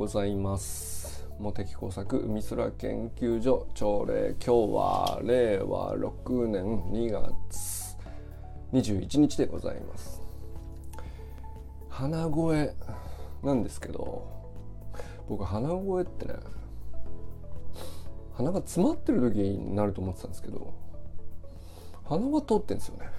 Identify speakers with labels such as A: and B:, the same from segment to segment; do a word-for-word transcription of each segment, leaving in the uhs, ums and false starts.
A: ございます。茂木工作海空研究所朝礼。今日はれいわろくねんにがつにじゅういちにちでございます。鼻声なんですけど、僕鼻声ってね、鼻が詰まってる時になると思ってたんですけど、鼻は通ってんですよね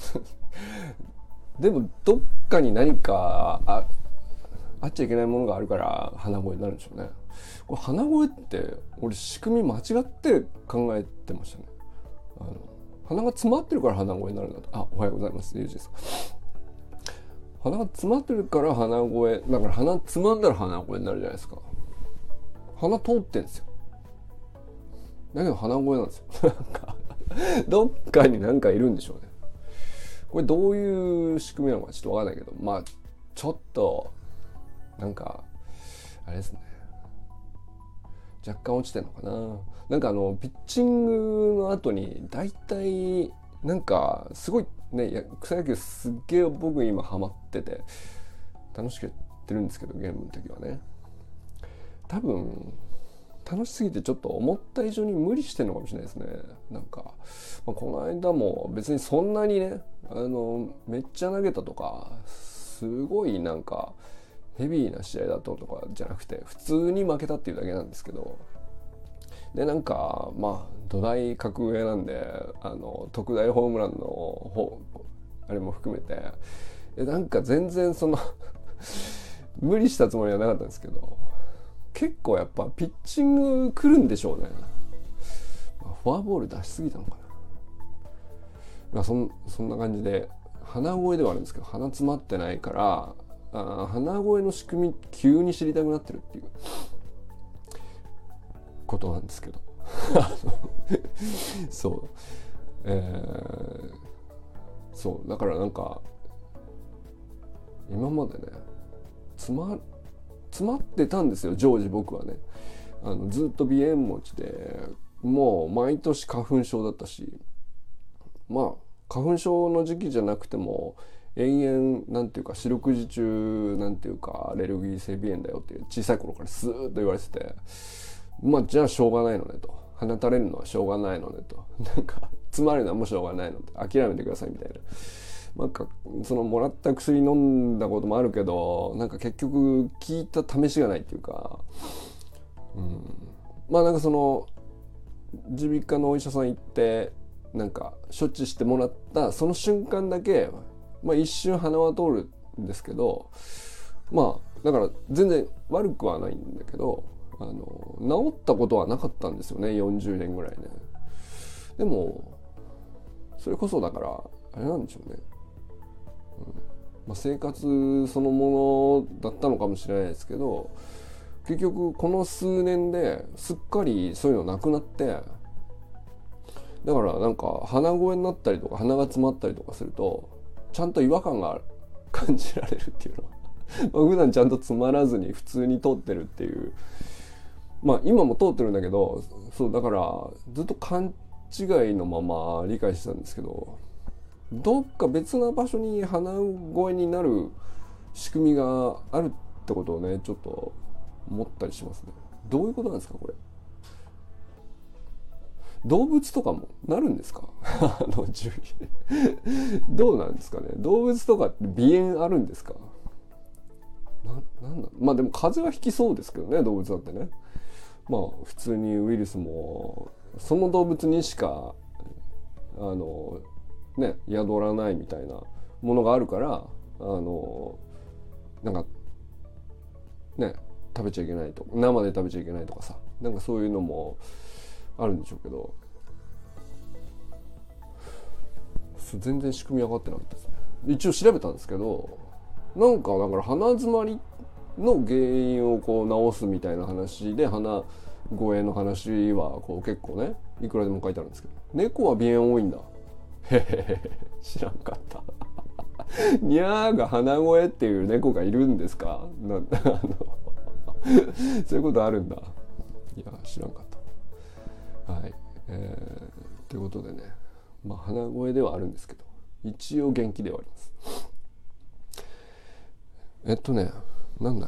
A: でもどっかに何かああっちゃいけないものがあるから鼻声になるんでしょうね。これ鼻声って俺仕組み間違って考えてましたね。あの鼻が詰まってるから鼻声になるんだと。あ、おはようございます、ゆうじです。鼻が詰まってるから鼻声だから、鼻詰まんだら鼻声になるじゃないですか。鼻通ってんですよ。だけど鼻声なんですよなんかどっかになんかいるんでしょうね。これどういう仕組みなのかちょっとわかんないけど、まあちょっとなんかあれですね、若干落ちてんのかな。なんかあのピッチングの後にだいたいなんかすごいね、草野球すっげえ僕今ハマってて楽しくやってるんですけど、ゲームの時はね、多分楽しすぎてちょっと思った以上に無理してるのかもしれないですね。なんか、まあ、この間も別にそんなにね、あのめっちゃ投げたとかすごいなんかヘビーな試合だったとかじゃなくて、普通に負けたっていうだけなんですけど、でなんかまあ土台格上なんで、あの特大ホームランの方あれも含めてえなんか全然その無理したつもりはなかったんですけど、結構やっぱピッチング来るんでしょうね。まあ、フォアボール出しすぎたのかな。まあ、そんそんな感じで鼻声ではあるんですけど、鼻詰まってないからあ鼻声の仕組み急に知りたくなってるっていうことなんですけどそう、えー、そうだからなんか今までね詰ま詰まってたんですよ、常時僕はね。あのずっと鼻炎持ちで、もう毎年花粉症だったし、まあ花粉症の時期じゃなくても延々なんていうか四六時中なんていうかアレルギー性鼻炎だよっていう小さい頃からスーッと言われてて、まあじゃあしょうがないのねと、放たれるのはしょうがないのねと、なんか詰まるのはもうしょうがないのって諦めてくださいみたいな。なんかそのもらった薬飲んだこともあるけど、なんか結局効いた試しがないっていうか、うん、まあなんかその耳鼻科のお医者さん行ってなんか処置してもらったその瞬間だけ、まあ一瞬鼻は通るんですけど、まあだから全然悪くはないんだけど、あの治ったことはなかったんですよね、よんじゅうねんぐらいね。でもそれこそだからあれなんでしょうね、うん、まあ、生活そのものだったのかもしれないですけど、結局この数年ですっかりそういうのなくなって、だからなんか鼻声になったりとか鼻が詰まったりとかするとちゃんと違和感が感じられるっていうのは普段ちゃんと詰まらずに普通に通ってるっていう、まあ今も通ってるんだけど、そうだからずっと勘違いのまま理解してたんですけど、どっか別な場所に鼻声になる仕組みがあるってことをね、ちょっと思ったりしますね。どういうことなんですかこれ。動物とかもなるんですかあの注意どうなんですかね。動物とかって鼻炎あるんですか。な、なんだまあでも風邪はひきそうですけどね、動物だってね。まあ普通にウイルスもその動物にしかあのね宿らないみたいなものがあるから、あのなんかね食べちゃいけないとか、生で食べちゃいけないとかさ、なんかそういうのもあるんでしょうけど、全然仕組み分かってなかったですね。一応調べたんですけど、なんかだから鼻詰まりの原因をこう治すみたいな話で、鼻声の話はこう結構ねいくらでも書いてあるんですけど、猫は鼻炎多いんだ。へへへ、知らんかったにゃーが鼻声っていう猫がいるんですか。なあのそういうことあるんだ。いや知らんかった。はい、えー、ということでね、まあ鼻声ではあるんですけど一応元気ではあります。えっとねなんだっけ、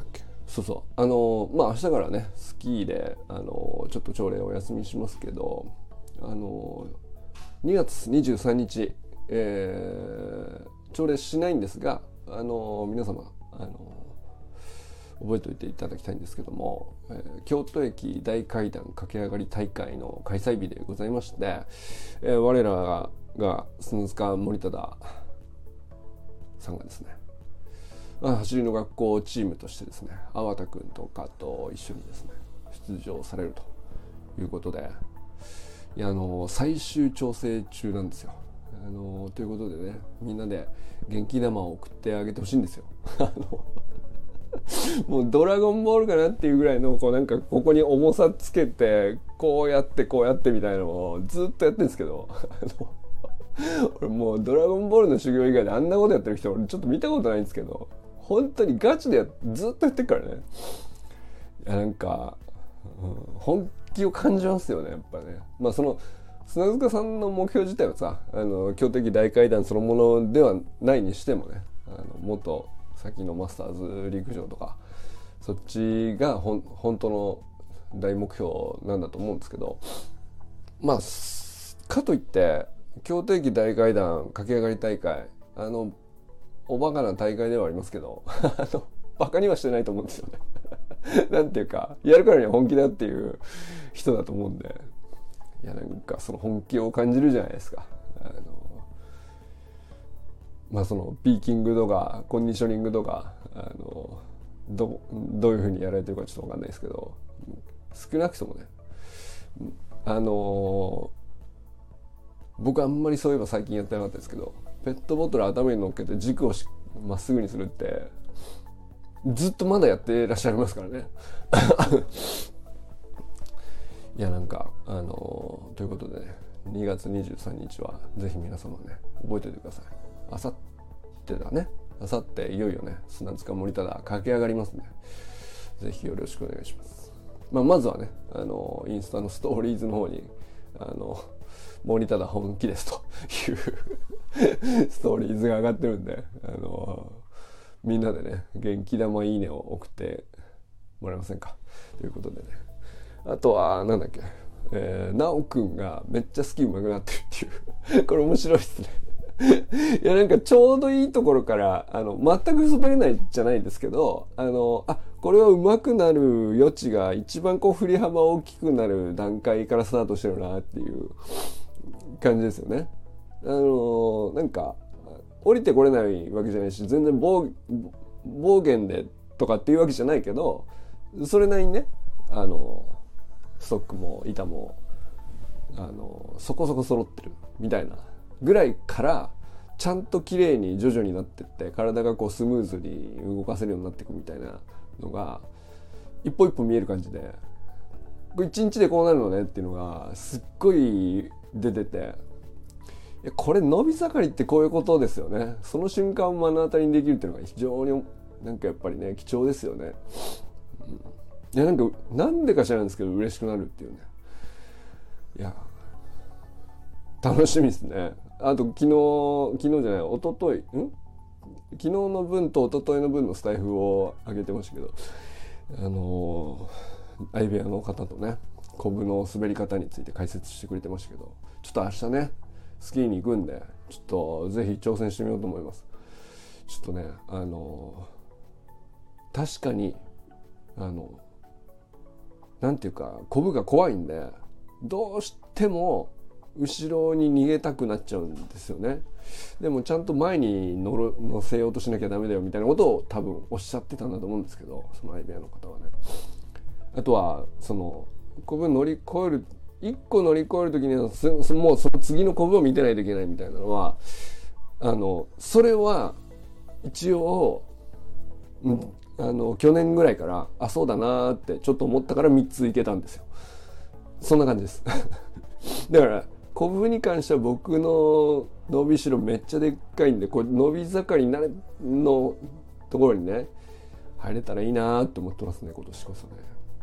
A: そうそうあのまあ明日からねスキーであのちょっと朝礼お休みしますけど、あのにがつにじゅうさんにち、えー、朝礼しないんですが、あの皆様あの覚えておいていただきたいんですけども、えー、京都駅大階段駆け上がり大会の開催日でございまして、えー、我らがが砂塚森忠さんがですね、走りの学校チームとしてですね、粟田くんとかと一緒にですね出場されるということで、いやあの最終調整中なんですよ。あのということでね、みんなで元気玉を送ってあげてほしいんですよ。あのもうドラゴンボールかなっていうぐらいのこうなんかここに重さつけてこうやってこうやってみたいなのをずっとやってるんですけど、あの俺もうドラゴンボールの修行以外であんなことやってる人俺ちょっと見たことないんですけど、本当にガチでやずっとやってるからね。いやなんか、うん、本気を感じますよねやっぱね。まあその砂塚さんの目標自体はさ、あの京都駅大階段そのものではないにしてもね、あの元先のマスターズ陸上とかそっちがほん本当の大目標なんだと思うんですけど、まあかといって京都駅大階段駆け上がり大会、あのおバカな大会ではありますけどあのバカにはしてないと思うんですよねなんていうかやるからには本気だっていう人だと思うんで、いやなんかその本気を感じるじゃないですか。あのまあそのピーキングとかコンディショニングとかあの ど, どういう風にやられてるかちょっと分かんないですけど、少なくともね、あの僕あんまりそういえば最近やってなかったですけど、ペットボトル頭に乗っけて軸をまっすぐにするってずっとまだやってらっしゃいますからねいやなんかあのー、ということでね、にがつにじゅうさんにちはぜひ皆様ね覚えておいてください。あさってだね、あさっていよいよね砂塚森忠駆け上がりますんで、ぜひよろしくお願いします。まあ、まずはねあのインスタのストーリーズの方にあの森忠本気ですというストーリーズが上がってるんで、あのみんなでね元気玉いいねを送ってもらえませんかということでね。あとはなんだっけ、えー、なおくんがめっちゃスキー上手くなってるっていうこれ面白いですねいやなんかちょうどいいところからあの全く滑れないじゃないですけど、あのあこれは上手くなる余地が一番こう振り幅大きくなる段階からスタートしてるなっていう感じですよね。あのなんか降りてこれないわけじゃないし、全然暴暴言でとかっていうわけじゃないけど、それなりにねあのストックも板もあのそこそこ揃ってるみたいなぐらいからちゃんと綺麗に徐々になってって体がこうスムーズに動かせるようになっていくみたいなのが一歩一歩見える感じで、これ一日でこうなるのねっていうのがすっごい出てて、いやこれ伸び盛りってこういうことですよね。その瞬間を目の当たりにできるっていうのが非常になんかやっぱりね貴重ですよね。うん、いやなんかなんでか知らないんですけど嬉しくなるっていうね。いや楽しみですね。あと昨日昨日じゃない一昨日ん昨日の分と一昨日の分のスタイフを上げてましたけど、あのー、相部屋の方とねコブの滑り方について解説してくれてましたけど、ちょっと明日ねスキーに行くんでちょっとぜひ挑戦してみようと思います。ちょっとねあのー、確かにあのなんていうかコブが怖いんでどうしても後ろに逃げたくなっちゃうんですよね。でもちゃんと前に乗る乗せようとしなきゃダメだよみたいなことを多分おっしゃってたんだと思うんですけど、その相部屋の方はね。あとはそのコブ乗り越える一個乗り越える時にはもうその次のコブを見てないといけないみたいなのはあのそれは一応、うん、あの去年ぐらいからあそうだなってちょっと思ったからみっついけたんですよ。そんな感じですだからコブに関しては僕の伸びしろめっちゃでっかいんで、これ伸び盛りになるのところにね入れたらいいなって思ってますね今年こそね。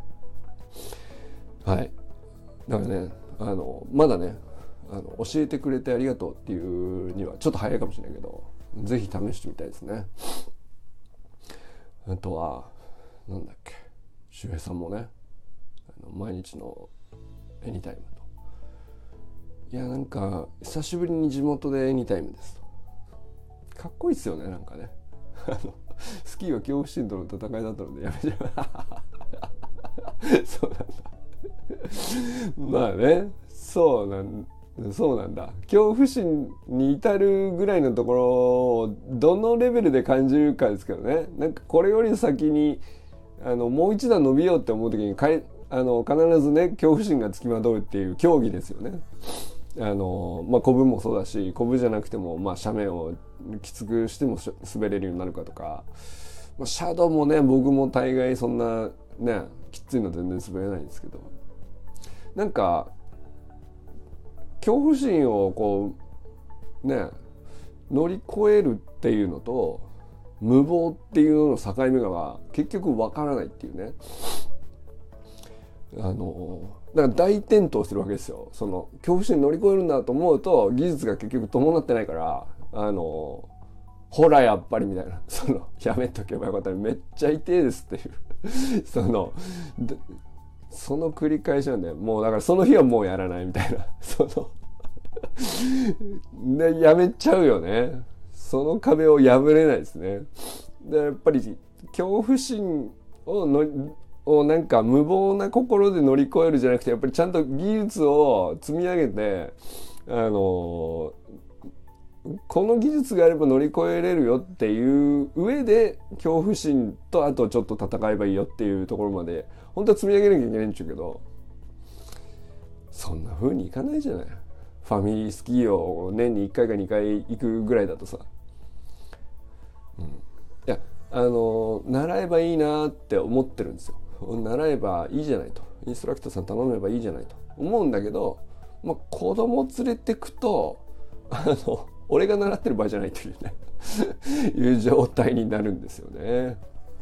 A: はいだからねあのまだねあの教えてくれてありがとうっていうにはちょっと早いかもしれないけどぜひ試してみたいですね。あとはなんだっけ周平さんもね、あの毎日のエニタイムと、いやなんか久しぶりに地元でエニタイムですと、かっこいいっすよね。なんかねあのスキーは恐怖心との戦いだったのでやめちゃうそうなんだまあね、そうなんそうなんだ。恐怖心に至るぐらいのところをどのレベルで感じるかですけどね。なんかこれより先にあのもう一段伸びようって思う時にかいあの必ずね恐怖心がつきまとうっていう競技ですよね。あのまあコブもそうだし、コブじゃなくてもまあ斜面をきつくしても滑れるようになるかとか、まあ、シャドウもね僕も大概そんなねきついの全然滑れないんですけど、なんか恐怖心をこうね乗り越えるっていうのと無謀っていうのの境目が結局わからないっていうね。あのだから大転倒するわけですよ。その恐怖心乗り越えるんだと思うと技術が結局伴ってないから、あのほらやっぱりみたいな、そのやめとけばよかったらめっちゃ痛いですっていうそのその繰り返しなんで、もうだからその日はもうやらないみたいなそのでやめちゃうよね。その壁を破れないですね。でやっぱり恐怖心をのをなんか無謀な心で乗り越えるじゃなくて、やっぱりちゃんと技術を積み上げて、あのこの技術があれば乗り越えれるよっていう上で恐怖心とあとちょっと戦えばいいよっていうところまで本当は積み上げなきゃいけないんでしょうけど、そんな風にいかないじゃない。ファミリースキーを年にいっかいかにかい行くぐらいだとさ、うん、いやあの習えばいいなって思ってるんですよ。習えばいいじゃないと、インストラクターさん頼めばいいじゃないと思うんだけど、まあ、子供連れてくとあの俺が習ってる場合じゃないというねいう状態になるんですよね。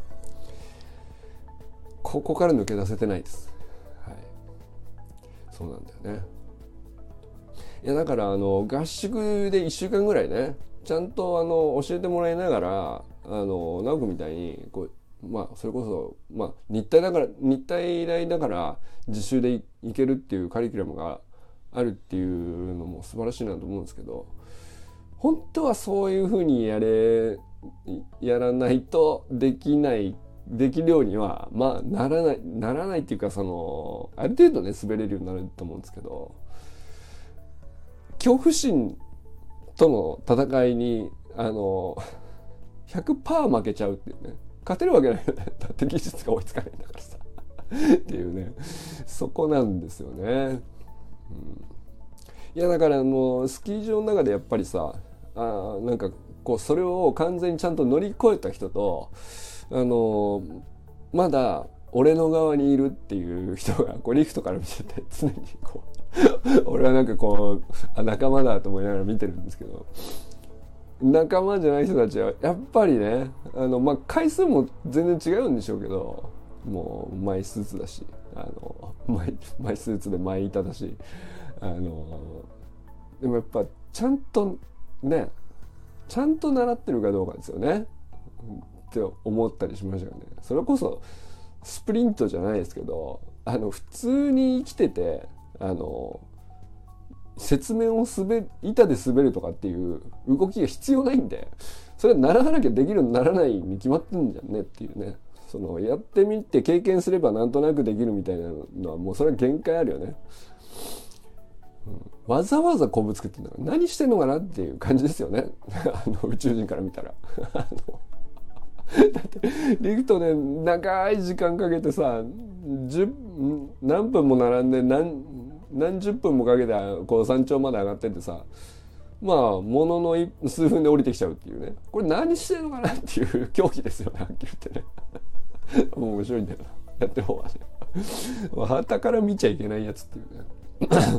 A: ここから抜け出せてないです。はい、そうなんだよね。いやだからあの合宿でいっしゅうかんぐらいねちゃんとあの教えてもらいながら、あの直くみたいにこうまあそれこそまあ日体だから日体大だから自習でいけるっていうカリキュラムがあるっていうのも素晴らしいなと思うんですけど、本当はそういうふうにやれやらないとできないできるようにはまあならないならないっていうか、そのある程度ね滑れるようになると思うんですけど、恐怖心との戦いにあの ひゃくパーセント 負けちゃうっていうね、勝てるわけないよね。だって技術が追いつかないんだからさっていうね、そこなんですよね。うん、いやだからもうスキー場の中でやっぱりさ、あなんかこうそれを完全にちゃんと乗り越えた人と、あのまだ俺の側にいるっていう人がこうリフトから見てて常にこう俺はなんかこうあ仲間だと思いながら見てるんですけど、仲間じゃない人たちはやっぱりね、あの、まあ、回数も全然違うんでしょうけど、もうマイスーツだし、あのマイ、マイスーツでマイ板だし、あのでもやっぱちゃんとねちゃんと習ってるかどうかですよねって思ったりしましたよね。それこそスプリントじゃないですけど、あの普通に生きてて、あの雪面を滑る板で滑るとかっていう動きが必要ないんで、それは習わなきゃできるならないに決まってんじゃんねっていうね。そのやってみて経験すればなんとなくできるみたいなのはもうそれは限界あるよね。うん、わざわざこぶつけてんだから何してんのかなっていう感じですよねあの宇宙人から見たらあのだってリフトで長い時間かけてさ何分も並んで 何, 何十分もかけてこう山頂まで上がってってさ、まあものの数分で降りてきちゃうっていうね、これ何してんのかなっていう競技ですよね、はっきり言ってねもう面白いんだよな、やってる方はね旗から見ちゃいけないやつっていうね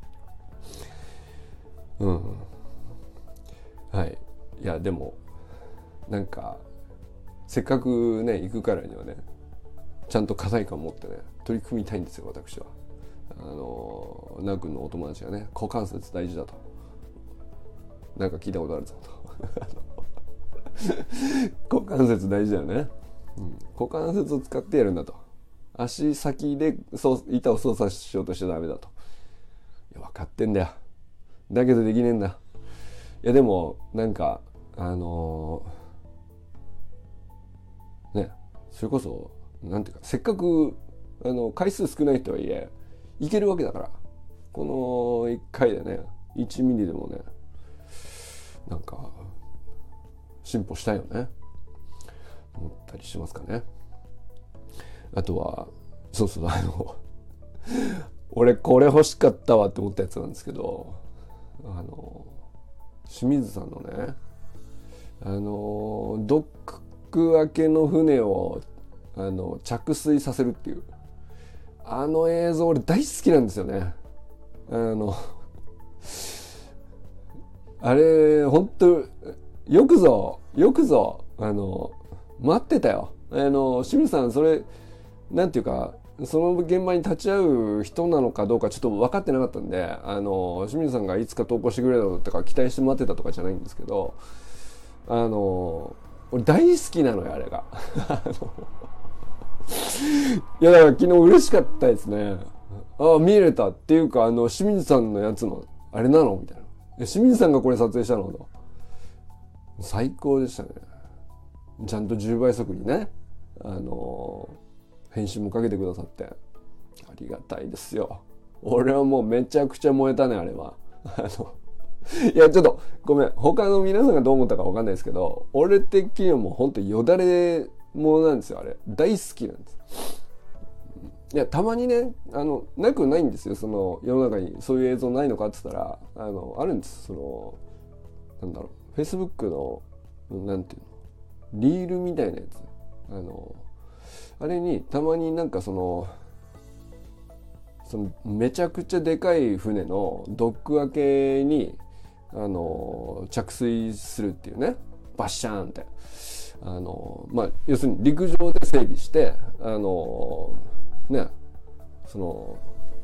A: うん、はい。いやでもなんかせっかくね行くからにはねちゃんと課題感を持ってね取り組みたいんですよ、私は。あのなくんのお友達がね股関節大事だとなんか聞いたことあるぞと股関節大事だよね。 うん、股関節を使ってやるんだと。足先でそう板を操作しようとしちゃダメだと。いや分かってんだよ。だけどできねえんだ。いやでもなんかあのー、ねそれこそなんていうかせっかくあの回数少ないとはいえいけるわけだから、このいっかいでねいちミリでもねなんか進歩したいよね思ったりしますかね。あとはそうそうあの俺これ欲しかったわって思ったやつなんですけど、あの清水さんのねあのドック明けの船をあの着水させるっていうあの映像俺大好きなんですよね。あのあれ本当よくぞよくぞあの待ってたよ。あの清水さんそれなんていうかその現場に立ち会う人なのかどうかちょっと分かってなかったんで、あの清水さんがいつか投稿してくれるのとか期待して待ってたとかじゃないんですけど、あの俺大好きなのよあれがいやだから昨日嬉しかったですね。ああ見れたっていうか、あの清水さんのやつのあれなのみたいな、清水さんがこれ撮影したのと最高でしたね。ちゃんとじゅうばい速にねあの編集もかけてくださってありがたいですよ。俺はもうめちゃくちゃ燃えたねあれは。あのいやちょっとごめん他の皆さんがどう思ったか分かんないですけど、俺的にはもうほんとよだれものなんですよあれ。大好きなんです。いやたまにねあのなくないんですよ、その世の中にそういう映像ないのかって言ったらあのあるんです。そのなんだろう Facebook のなんていうのリールみたいなやつ、あのあれにたまになんかそのそのめちゃくちゃでかい船のドック明けにあの着水するっていうね、バッシャーンってあのまあ要するに陸上で整備してあのねその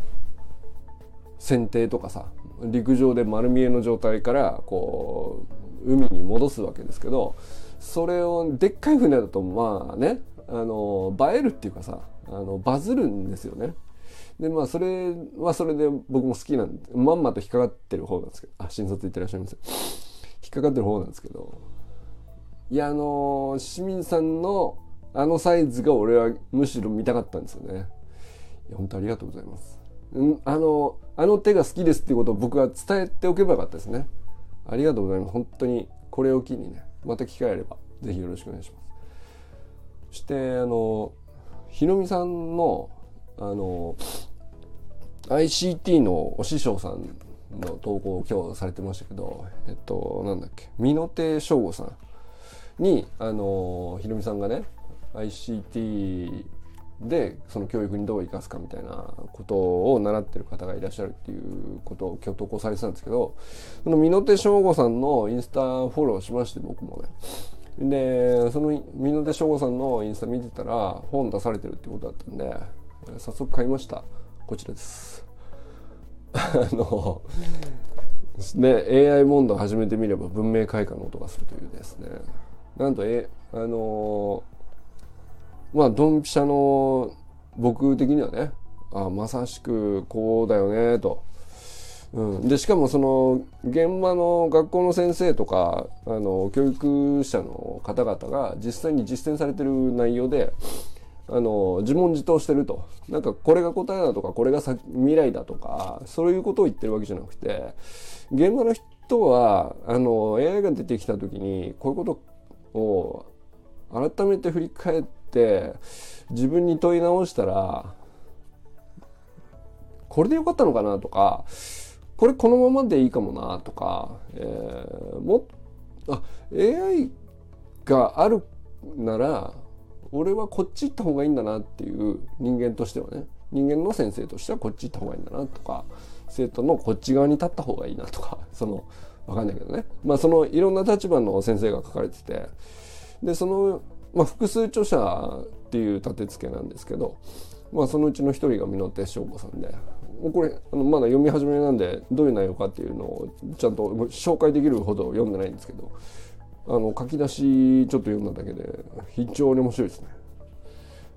A: 船底とかさ陸上で丸見えの状態からこう海に戻すわけですけど、それをでっかい船だとまあねあの映えるっていうかさあのバズるんですよね。でまあそれはそれで僕も好きなんでまんまと引っかかってる方なんですけど、あ新卒いってらっしゃいます引っかかってる方なんですけど、いやあの清水さんのあのサイズが俺はむしろ見たかったんですよね。いや本当ありがとうございます。んあのあの手が好きですっていうことを僕は伝えておけばよかったですね。ありがとうございます。本当にこれを機にねまた機会あればぜひよろしくお願いします。そしてあのひろみさんのあの アイシーティー のお師匠さんの投稿を今日されてましたけど、えっとなんだっけ美濃亭翔吾さんにあのひろみさんがね アイシーティー でその教育にどう生かすかみたいなことを習ってる方がいらっしゃるっていうことを今日投稿されてたんですけど、その美濃亭翔吾さんのインスタフォローしまして僕もね、でその美濃亭翔吾さんのインスタ見てたら本出されてるってことだったんで早速買いました。こちらですあのね エーアイ 問答を始めてみれば文明開化の音がするというですね、なんとえあのまあドンピシャの僕的にはねあまさしくこうだよねと、うん、でしかもその現場の学校の先生とかあの教育者の方々が実際に実践されてる内容であの自問自答してると、なんかこれが答えだとかこれがさ未来だとかそういうことを言ってるわけじゃなくて、現場の人はあの エーアイ が出てきた時にこういうことを改めて振り返って自分に問い直したらこれでよかったのかなとか、これこのままでいいかもなとか、えー、もあ エーアイ があるなら俺はこっち行った方がいいんだなっていう人間としてはね、人間の先生としてはこっち行った方がいいんだなとか、生徒のこっち側に立った方がいいなとか、そのわかんないけどね、まあそのいろんな立場の先生が書かれてて、でその、まあ、複数著者っていう立て付けなんですけど、まあそのうちの一人が美濃亭翔吾さんで、これあのまだ読み始めなんでどういう内容かっていうのをちゃんと紹介できるほど読んでないんですけど、あの書き出しちょっと読んだだけで非常に面白いですね。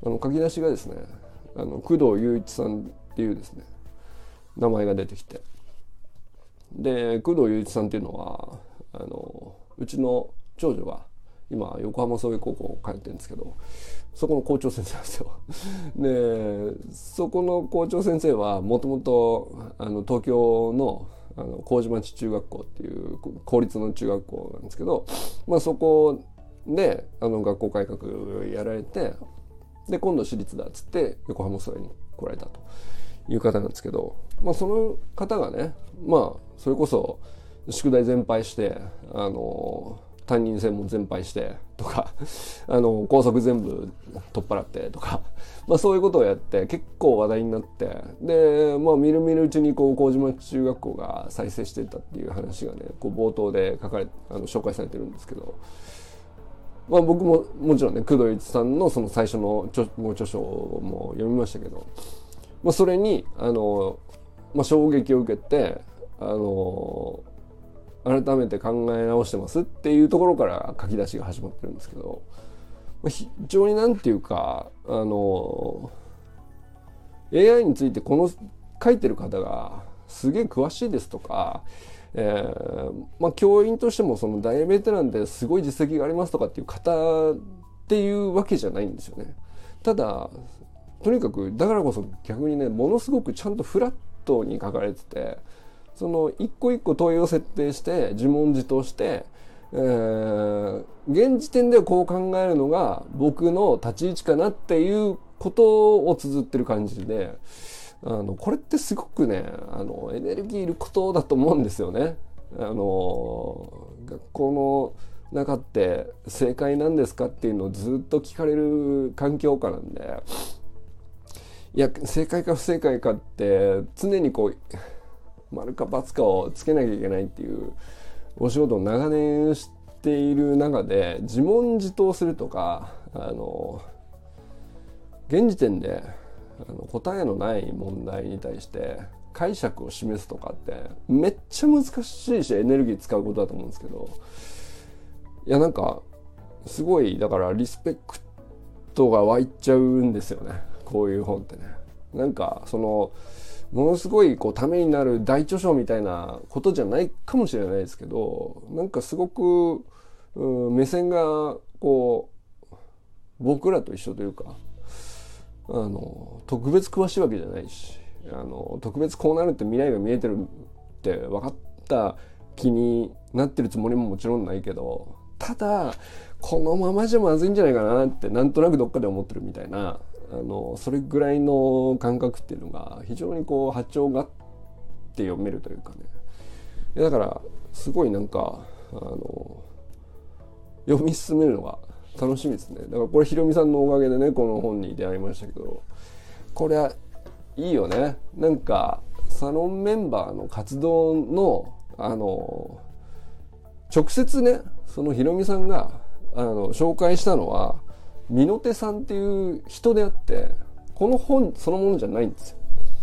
A: あの書き出しがですね、あの工藤雄一さんっていうですね名前が出てきて、で工藤雄一さんっていうのはあのうちの長女が今横浜創英高校通ってるんですけど、そこの校長先生なんですよ。でそこの校長先生はもともとあの東京のあの麹町中学校っていう公立の中学校なんですけど、まあ、そこであの学校改革やられて、で今度私立だっつって横浜創英に来られたという方なんですけど、まあ、その方がね、まあそれこそ宿題全廃してあの担任制も全廃してとかあの校則全部取っ払ってとか、まあ、そういうことをやって結構話題になって、で、まあ、みるみるうちにこう麹町中学校が再生していったっていう話がねこう冒頭で書かれあの紹介されてるんですけど、まあ、僕ももちろんね工藤一さんのその最初の著著書も読みましたけど、まあ、それにあの、まあ、衝撃を受けてあの改めて考え直してますっていうところから書き出しが始まってるんですけど、非常になんていうかあの エーアイ についてこの書いてる方がすげえ詳しいですとか、えーまあ、教員としてもその大ベテランですごい実績がありますとかっていう方っていうわけじゃないんですよね。ただとにかくだからこそ逆にねものすごくちゃんとフラットに書かれてて、その一個一個問いを設定して自問自答して、えー、現時点ではこう考えるのが僕の立ち位置かなっていうことを綴ってる感じで、あのこれってすごくねあのエネルギーいることだと思うんですよね。あの学校の中って正解なんですかっていうのをずっと聞かれる環境下なんで、いや正解か不正解かって常にこう丸か×かをつけなきゃいけないっていうお仕事を長年している中で自問自答するとか、あの現時点であの答えのない問題に対して解釈を示すとかってめっちゃ難しいしエネルギー使うことだと思うんですけど、いやなんかすごいだからリスペクトが湧いちゃうんですよね、こういう本ってね。なんかそのものすごいこうためになる大著書みたいなことじゃないかもしれないですけど、なんかすごく、うん、目線がこう僕らと一緒というか、あの特別詳しいわけじゃないし、あの特別こうなるって未来が見えてるって分かった気になってるつもりももちろんないけど、ただこのままじゃまずいんじゃないかなってなんとなくどっかで思ってるみたいな、あのそれぐらいの感覚っていうのが非常にこう波長があって読めるというかね。だからすごいなんかあの読み進めるのが楽しみですね。だからこれひろみさんのおかげでねこの本に出会いましたけど、これはいいよね。なんかサロンメンバーの活動のあの直接ねそのひろみさんがあの紹介したのは美濃手さんっていう人であって、この本そのものじゃないんですよ。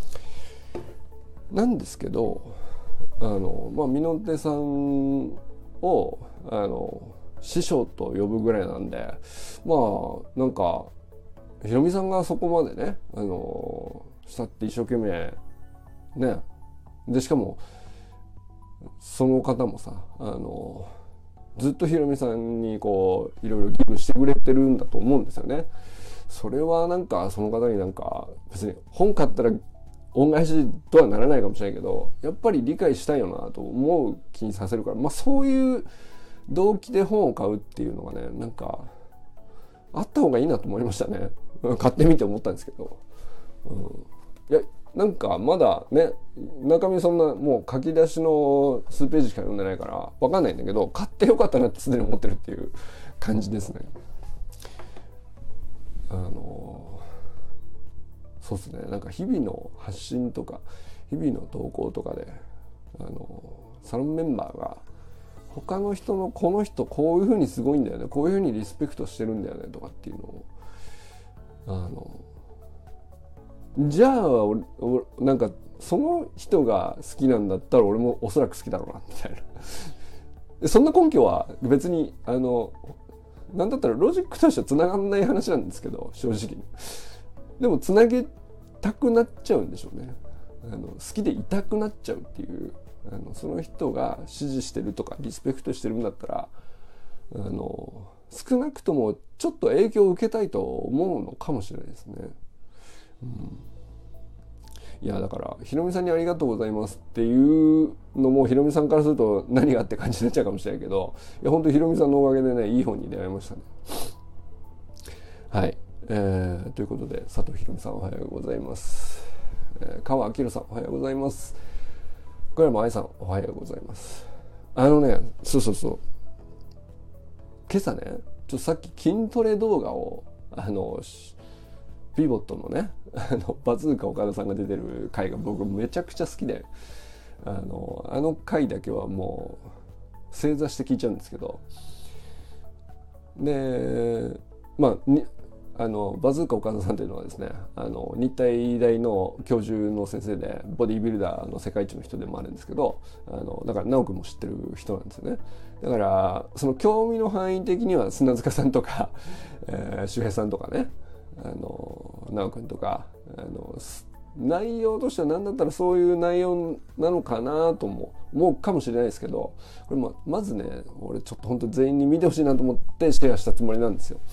A: なんですけどあの、まあ、美濃手さんをあの師匠と呼ぶぐらいなんで、まあなんかひろみさんがそこまでねあのしたって一生懸命ねで、しかもその方もさあのずっとひろみさんにこういろいろギブしてくれてるんだと思うんですよね。それはなんかその方になんか別に本買ったら恩返しとはならないかもしれないけど、やっぱり理解したいよなと思う気にさせるから、まあそういう動機で本を買うっていうのがねなんかあった方がいいなと思いましたね。買ってみて思ったんですけど、うん、いやなんかまだね中身そんなもう書き出しの数ページしか読んでないから分かんないんだけど、買ってよかったなってすでに思ってるっていう感じですね。あのそうですね、なんか日々の発信とか日々の投稿とかであのサロンメンバーが他の人のこの人こういう風にすごいんだよね、こういう風にリスペクトしてるんだよねとかっていうのをあのじゃあ俺俺なんかその人が好きなんだったら俺もおそらく好きだろうなみたいなそんな根拠は別にあのなんだったらロジックとしては繋がんない話なんですけど、正直に。でも繋げたくなっちゃうんでしょうね。あの好きでいたくなっちゃうっていう、あのその人が支持してるとかリスペクトしてるんだったら、あの少なくともちょっと影響を受けたいと思うのかもしれないですね。うん、いやだからひろみさんにありがとうございますっていうのもひろみさんからすると何がって感じになっちゃうかもしれないけど、いや本当ひろみさんのおかげでね、いい本に出会いましたね。はい、えー、ということで佐藤ひろみさんおはようございます。えー、川明さんおはようございます。小山愛さんおはようございます。あのね、そうそうそう、今朝ね、ちょっとさっき筋トレ動画をあのピボットのね、あのバズーカ岡田さんが出てる回が僕めちゃくちゃ好きで、あのあの回だけはもう正座して聞いちゃうんですけど、でまあにあのバズーカ岡田さんというのはですね、あの日体大の教授の先生でボディービルダーの世界一の人でもあるんですけど、あのだから直くんも知ってる人なんですよね。だからその興味の範囲的には砂塚さんとか、えー、周平さんとかね、あの直くんとか、あの内容としては何だったらそういう内容なのかなとも思うかもしれないですけど、これ ま, まずね俺ちょっと本当全員に見てほしいなと思ってシェアしたつもりなんですよ。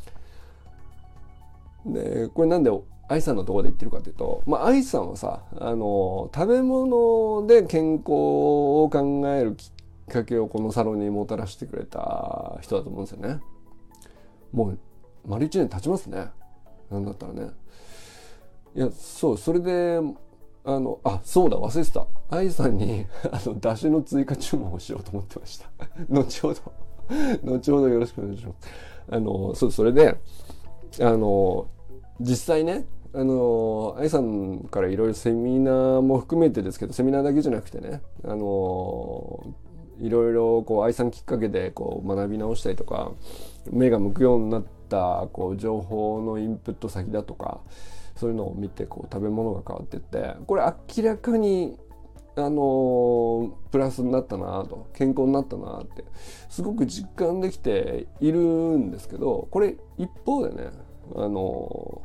A: でこれなんで愛さんのところで言ってるかというと、まあ愛さんはさ、あの食べ物で健康を考えるきっかけをこのサロンにもたらしてくれた人だと思うんですよね。もう丸一年経ちますね、なんだったらね。いやそうそれであのあそうだ忘れてた、愛さんにあの出汁の追加注文をしようと思ってました後ほど後ほどよろしくお願いします。あのそうそれであの実際ね、あの愛さんからいろいろセミナーも含めてですけど、セミナーだけじゃなくてね、あのいろいろこう愛さんきっかけでこう学び直したりとか、目が向くようになったこう情報のインプット先だとか、そういうのを見てこう食べ物が変わっていって、これ明らかにあのプラスになったなと、健康になったなってすごく実感できているんですけど、これ一方でね、あの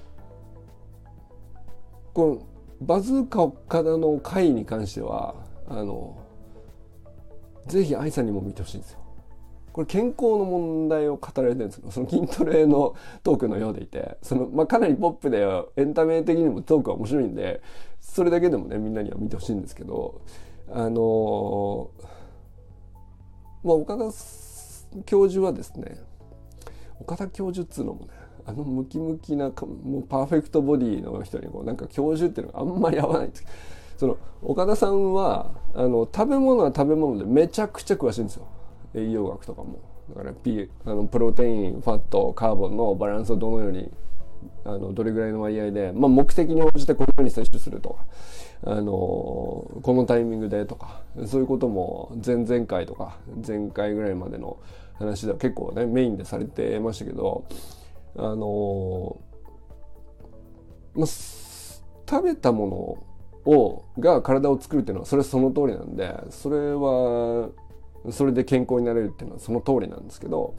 A: このバズーカ岡田の回に関してはあのぜひ愛さんにも見てほしいんですよ。これ健康の問題を語られてるんですけど、その筋トレのトークのようでいて、その、まあ、かなりポップでエンタメ的にもトークは面白いんで、それだけでもねみんなには見てほしいんですけど、あのまあ岡田教授はですね、岡田教授っつうのもね、あのムキムキなもうパーフェクトボディの人にこうなんか教授っていうのがあんまり合わないんですけど、その岡田さんはあの食べ物は食べ物でめちゃくちゃ詳しいんですよ、栄養学とかも。だから、P、あのプロテイン、ファット、カーボンのバランスをどのようにあのどれぐらいの割合で、まあ、目的に応じてこのように摂取するとか、あのこのタイミングでとか、そういうことも前々回とか前回ぐらいまでの話では結構ねメインでされてましたけど、あのまあ、食べたものをが体を作るっていうのはそれはその通りなんで、それはそれで健康になれるっていうのはその通りなんですけど、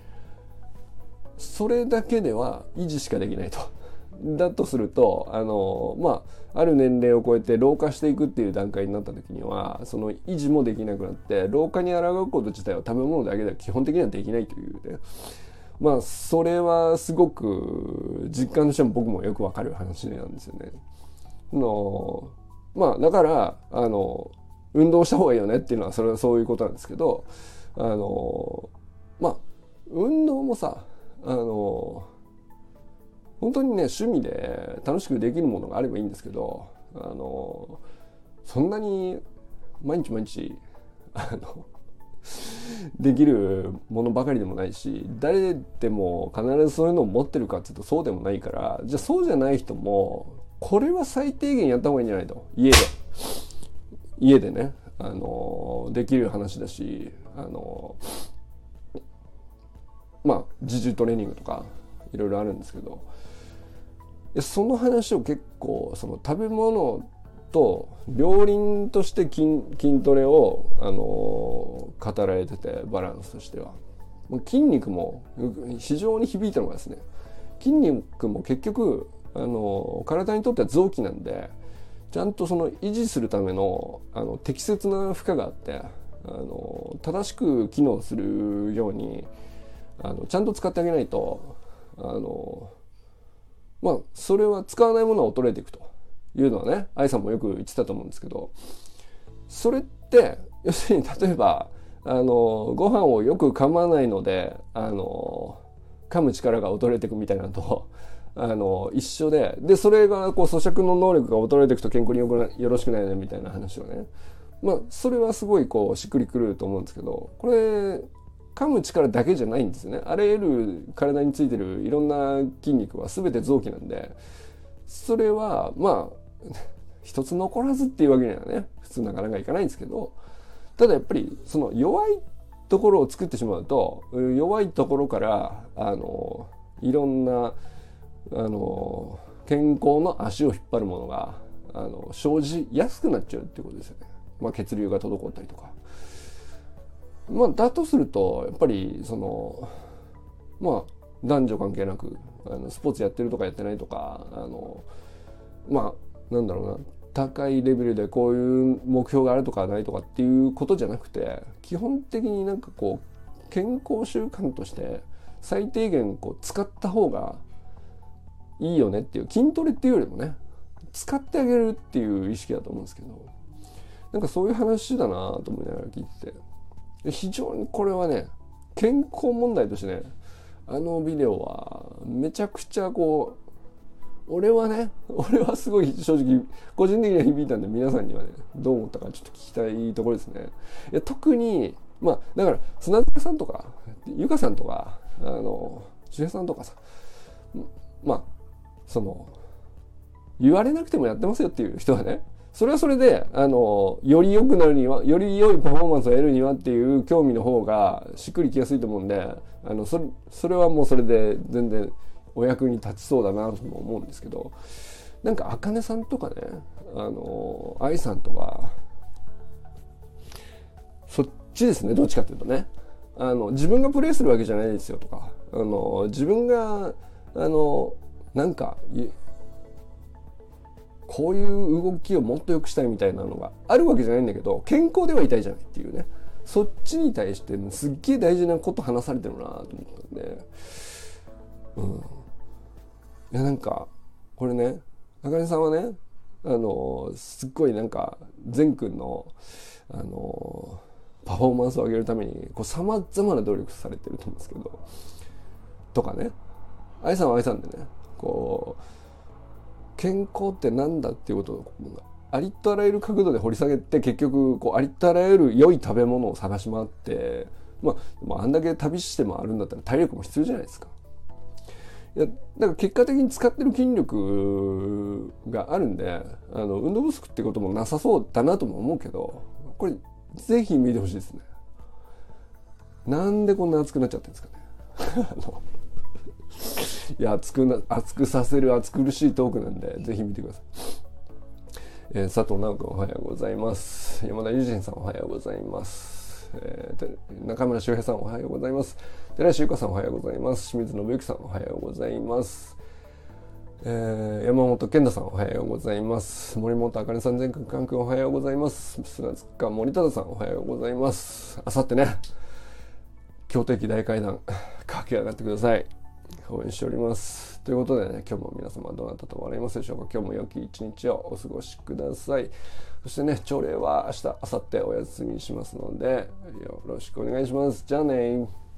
A: それだけでは維持しかできないと。だとすると、あのまあある年齢を超えて老化していくっていう段階になった時には、その維持もできなくなって、老化に抗うこと自体は食べ物だけでは基本的にはできないというね、まあそれはすごく実感としても僕もよくわかる話なんですよね。のまあだからあの運動した方がいいよねっていうのはそれはそういうことなんですけど、あのまあ運動もさ、あの本当にね趣味で楽しくできるものがあればいいんですけど、あのそんなに毎日毎日あのできるものばかりでもないし、誰でも必ずそういうのを持ってるかっていうとそうでもないから、じゃあそうじゃない人もこれは最低限やった方がいいんじゃないと、家で家でね、あのできる話だし、あのまあ自重トレーニングとかいろいろあるんですけど、その話を結構その食べ物と両輪として 筋, 筋トレを、あの語られてて、バランスとしては筋肉も非常に響いたのがですね、筋肉も結局あの体にとっては臓器なんで、ちゃんとその維持するためのあの適切な負荷があって、あの正しく機能するようにあのちゃんと使ってあげないと、あのまあそれは使わないものは衰えていくというのはね、愛さんもよく言ってたと思うんですけど、それって要するに例えばあのご飯をよく噛まないのであの噛む力が衰えていくみたいなのとあの一緒で、でそれがこう咀嚼の能力が衰えていくと健康によくなよろしくないねみたいな話をね、まあそれはすごいこうしっくりくると思うんですけど、これ噛む力だけじゃないんですよね。あらゆる体についてるいろんな筋肉は全て臓器なんで、それはまあ一つ残らずっていうわけにはね普通なかなかいかないんですけど、ただやっぱりその弱いところを作ってしまうと、弱いところからあのいろんなあの健康の足を引っ張るものがあの生じやすくなっちゃうっていうことですよね。まあ、血流が滞ったりとか、まあだとするとやっぱりそのまあ男女関係なくあのスポーツやってるとかやってないとか、あのまあなんだろうな、高いレベルでこういう目標があるとかないとかっていうことじゃなくて、基本的になんかこう健康習慣として最低限こう使った方がいいよねっていう、筋トレっていうよりもね使ってあげるっていう意識だと思うんですけど、なんかそういう話だなと思いながら聞いてて、非常にこれはね健康問題としてね、あのビデオはめちゃくちゃこう俺はね俺はすごい正直個人的には響いたんで、皆さんにはねどう思ったかちょっと聞きたいところですね。いや特にまあだから砂塚さんとかゆかさんとかあのしゅへいさんとかさ、まあその言われなくてもやってますよっていう人はね、それはそれであのより良くなるには、より良いパフォーマンスを得るにはっていう興味の方がしっくりきやすいと思うんで、あのそれ、それはもうそれで全然お役に立ちそうだなとも思うんですけど、なんかあかねさんとかね、あの愛さんとかそっちですね、どっちかっていうとね、あの自分がプレイするわけじゃないですよとか、あの自分があのなんかこういう動きをもっと良くしたいみたいなのがあるわけじゃないんだけど、健康ではいたいじゃないっていうね、そっちに対してすっげえ大事なこと話されてるなと思ったんで、うん、いやなんかこれね、あかねさんはね、あのすっごいなんか善くんのあのパフォーマンスを上げるためにこう様々な努力されてると思うんですけど、とかね、愛さんは愛さんでね、こう健康ってなんだっていうことをありとあらゆる角度で掘り下げて、結局こうありとあらゆる良い食べ物を探し回って、まあ、あんだけ旅してもあるんだったら体力も必要じゃないですか。いやだから結果的に使ってる筋力があるんで、あの運動不足ってこともなさそうだなとも思うけど、これぜひ見てほしいですね。なんでこんな熱くなっちゃってるんですかね。あのいや熱くな熱くさせる熱苦しいトークなんでぜひ見てください。えー、佐藤直君おはようございます。山田裕二さんおはようございます。えー、中村修平さんおはようございます。寺石由香さんおはようございます。清水信之さんおはようございます。えー、山本健太さんおはようございます。森本あかねさん、全国関空おはようございます。砂塚森忠さんおはようございます。あさってね、京都駅大階段駆け上がってください。応援しております。ということでね、今日も皆様どうなったと思われますでしょうか。今日も良き一日をお過ごしください。そしてね、朝礼は明日、明後日お休みしますのでよろしくお願いします。じゃあね。